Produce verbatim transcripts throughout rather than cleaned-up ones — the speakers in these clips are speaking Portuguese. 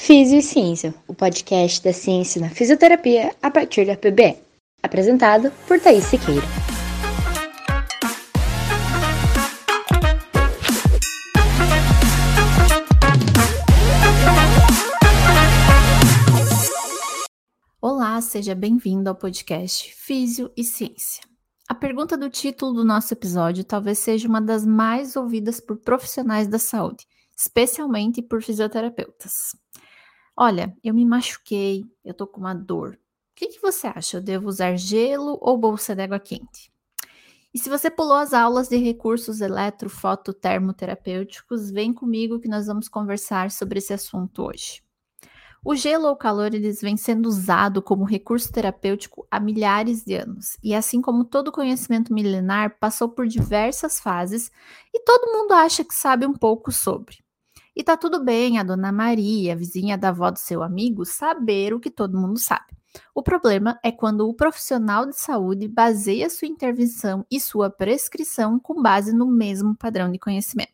Físio e Ciência, o podcast da ciência na fisioterapia a partir da P B E. Apresentado por Thaís Siqueira. Olá, seja bem-vindo ao podcast Físio e Ciência. A pergunta do título do nosso episódio talvez seja uma das mais ouvidas por profissionais da saúde, especialmente por fisioterapeutas. Olha, eu me machuquei, eu tô com uma dor. O que, que você acha? Eu devo usar gelo ou bolsa de água quente? E se você pulou as aulas de recursos eletrofototermoterapêuticos, vem comigo que nós vamos conversar sobre esse assunto hoje. O gelo ou o calor, eles vêm sendo usado como recurso terapêutico há milhares de anos. E assim como todo conhecimento milenar, passou por diversas fases e todo mundo acha que sabe um pouco sobre. E tá tudo bem a dona Maria, a vizinha da avó do seu amigo, saber o que todo mundo sabe. O problema é quando o profissional de saúde baseia sua intervenção e sua prescrição com base no mesmo padrão de conhecimento.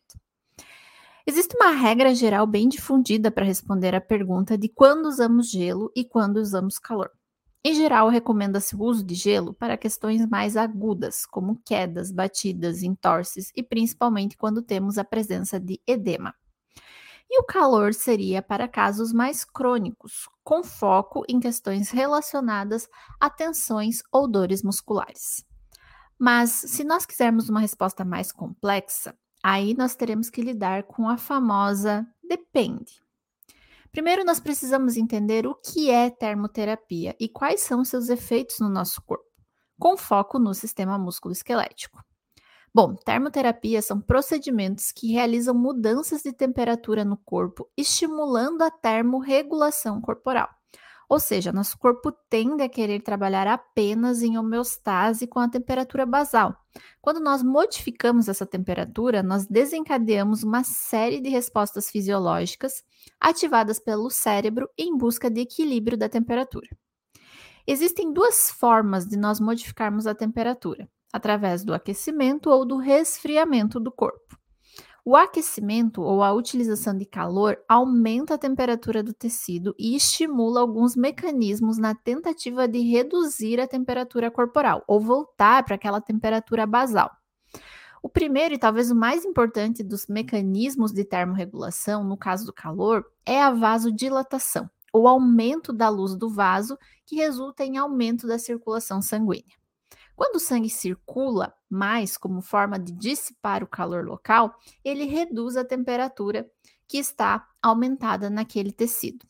Existe uma regra geral bem difundida para responder à pergunta de quando usamos gelo e quando usamos calor. Em geral, recomenda-se o uso de gelo para questões mais agudas, como quedas, batidas, entorses e principalmente quando temos a presença de edema. E o calor seria para casos mais crônicos, com foco em questões relacionadas a tensões ou dores musculares. Mas, se nós quisermos uma resposta mais complexa, aí nós teremos que lidar com a famosa depende. Primeiro, nós precisamos entender o que é termoterapia e quais são seus efeitos no nosso corpo, com foco no sistema músculo-esquelético. Bom, termoterapia são procedimentos que realizam mudanças de temperatura no corpo, estimulando a termorregulação corporal. Ou seja, nosso corpo tende a querer trabalhar apenas em homeostase com a temperatura basal. Quando nós modificamos essa temperatura, nós desencadeamos uma série de respostas fisiológicas ativadas pelo cérebro em busca de equilíbrio da temperatura. Existem duas formas de nós modificarmos a temperatura, através do aquecimento ou do resfriamento do corpo. O aquecimento ou a utilização de calor aumenta a temperatura do tecido e estimula alguns mecanismos na tentativa de reduzir a temperatura corporal ou voltar para aquela temperatura basal. O primeiro e talvez o mais importante dos mecanismos de termorregulação, no caso do calor, é a vasodilatação, ou aumento da luz do vaso, que resulta em aumento da circulação sanguínea. Quando o sangue circula mais como forma de dissipar o calor local, ele reduz a temperatura que está aumentada naquele tecido.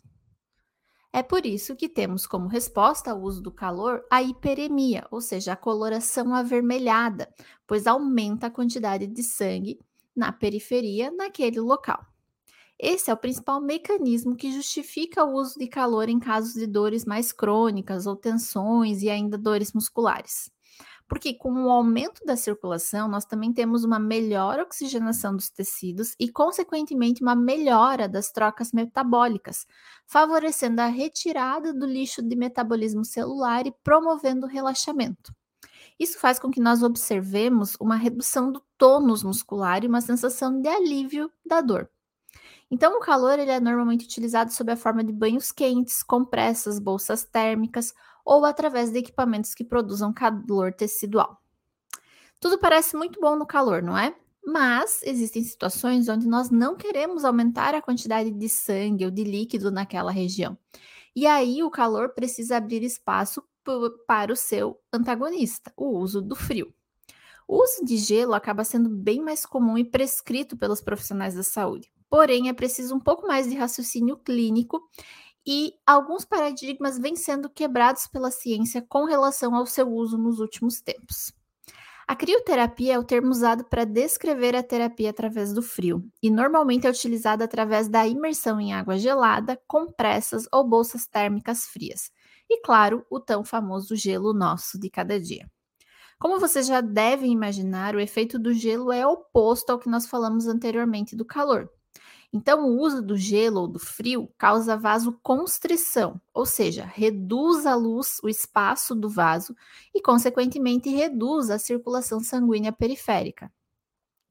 É por isso que temos como resposta ao uso do calor a hiperemia, ou seja, a coloração avermelhada, pois aumenta a quantidade de sangue na periferia naquele local. Esse é o principal mecanismo que justifica o uso de calor em casos de dores mais crônicas ou tensões e ainda dores musculares. Porque com o aumento da circulação, nós também temos uma melhor oxigenação dos tecidos e, consequentemente, uma melhora das trocas metabólicas, favorecendo a retirada do lixo de metabolismo celular e promovendo o relaxamento. Isso faz com que nós observemos uma redução do tônus muscular e uma sensação de alívio da dor. Então, o calor ele é normalmente utilizado sob a forma de banhos quentes, compressas, bolsas térmicas ou através de equipamentos que produzam calor tecidual. Tudo parece muito bom no calor, não é? Mas existem situações onde nós não queremos aumentar a quantidade de sangue ou de líquido naquela região. E aí o calor precisa abrir espaço para o seu antagonista, o uso do frio. O uso de gelo acaba sendo bem mais comum e prescrito pelos profissionais da saúde. Porém, é preciso um pouco mais de raciocínio clínico e alguns paradigmas vêm sendo quebrados pela ciência com relação ao seu uso nos últimos tempos. A crioterapia é o termo usado para descrever a terapia através do frio e normalmente é utilizada através da imersão em água gelada, compressas ou bolsas térmicas frias. E, claro, o tão famoso gelo nosso de cada dia. Como vocês já devem imaginar, o efeito do gelo é oposto ao que nós falamos anteriormente do calor. Então, o uso do gelo ou do frio causa vasoconstrição, ou seja, reduz a luz, o espaço do vaso e, consequentemente, reduz a circulação sanguínea periférica.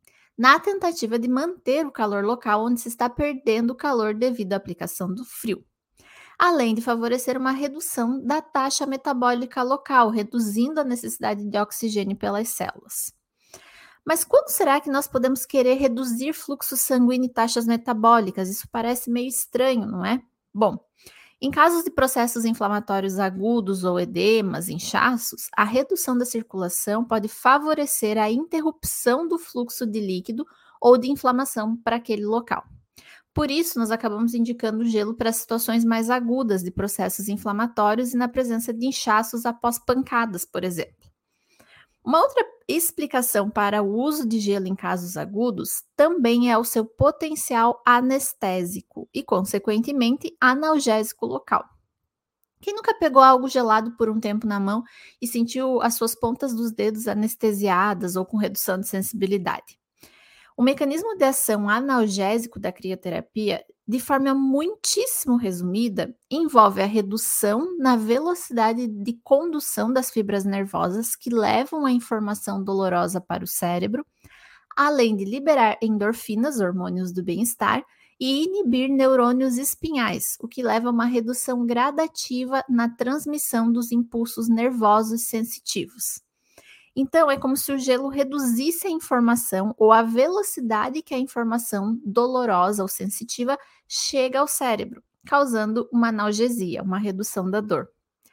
na tentativa de manter o calor local onde se está perdendo o calor devido à aplicação do frio, além de favorecer uma redução da taxa metabólica local, reduzindo a necessidade de oxigênio pelas células. Mas quando será que nós podemos querer reduzir fluxo sanguíneo e taxas metabólicas? Isso parece meio estranho, não é? Bom, em casos de processos inflamatórios agudos ou edemas, inchaços, a redução da circulação pode favorecer a interrupção do fluxo de líquido ou de inflamação para aquele local. Por isso, nós acabamos indicando o gelo para situações mais agudas de processos inflamatórios e na presença de inchaços após pancadas, por exemplo. Uma outra explicação para o uso de gelo em casos agudos também é o seu potencial anestésico e, consequentemente, analgésico local. Quem nunca pegou algo gelado por um tempo na mão e sentiu as suas pontas dos dedos anestesiadas ou com redução de sensibilidade? O mecanismo de ação analgésico da crioterapia, de forma muitíssimo resumida, envolve a redução na velocidade de condução das fibras nervosas que levam a informação dolorosa para o cérebro, além de liberar endorfinas, hormônios do bem-estar, e inibir neurônios espinhais, o que leva a uma redução gradativa na transmissão dos impulsos nervosos sensitivos. Então, é como se o gelo reduzisse a informação ou a velocidade que a informação dolorosa ou sensitiva chega ao cérebro, causando uma analgesia, uma redução da dor.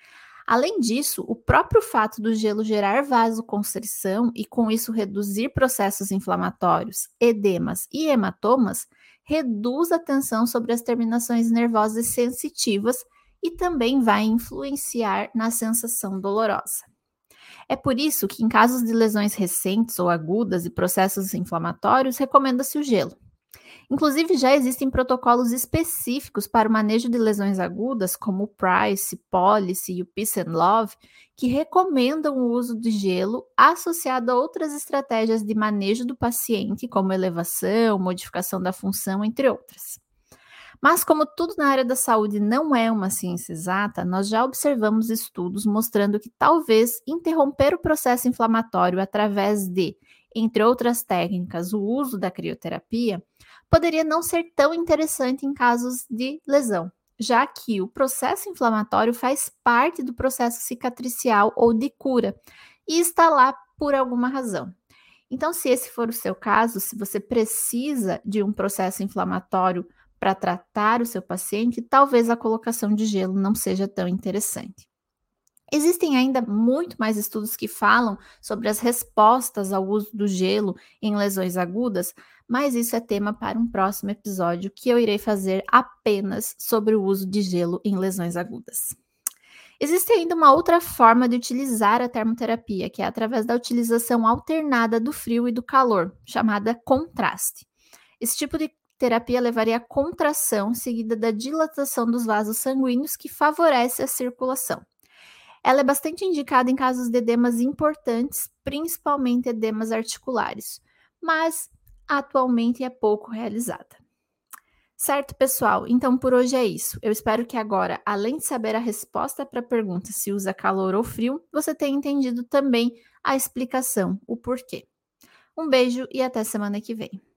Além disso, o próprio fato do gelo gerar vasoconstrição e, com isso, reduzir processos inflamatórios, edemas e hematomas, reduz a tensão sobre as terminações nervosas sensitivas e também vai influenciar na sensação dolorosa. É por isso que, em casos de lesões recentes ou agudas e processos inflamatórios, recomenda-se o gelo. Inclusive, já existem protocolos específicos para o manejo de lesões agudas, como o Price, Policy e o Peace and Love, que recomendam o uso de gelo associado a outras estratégias de manejo do paciente, como elevação, modificação da função, entre outras. Mas, como tudo na área da saúde não é uma ciência exata, nós já observamos estudos mostrando que talvez interromper o processo inflamatório através de, entre outras técnicas, o uso da crioterapia, poderia não ser tão interessante em casos de lesão, já que o processo inflamatório faz parte do processo cicatricial ou de cura e está lá por alguma razão. Então, se esse for o seu caso, se você precisa de um processo inflamatório para tratar o seu paciente, talvez a colocação de gelo não seja tão interessante. Existem ainda muito mais estudos que falam sobre as respostas ao uso do gelo em lesões agudas, mas isso é tema para um próximo episódio que eu irei fazer apenas sobre o uso de gelo em lesões agudas. Existe ainda uma outra forma de utilizar a termoterapia, que é através da utilização alternada do frio e do calor, chamada contraste. Esse tipo de terapia levaria à contração seguida da dilatação dos vasos sanguíneos, que favorece a circulação. Ela é bastante indicada em casos de edemas importantes, principalmente edemas articulares, mas atualmente é pouco realizada. Certo, pessoal? Então por hoje é isso. Eu espero que agora, além de saber a resposta para a pergunta se usa calor ou frio, você tenha entendido também a explicação, o porquê. Um beijo e até semana que vem.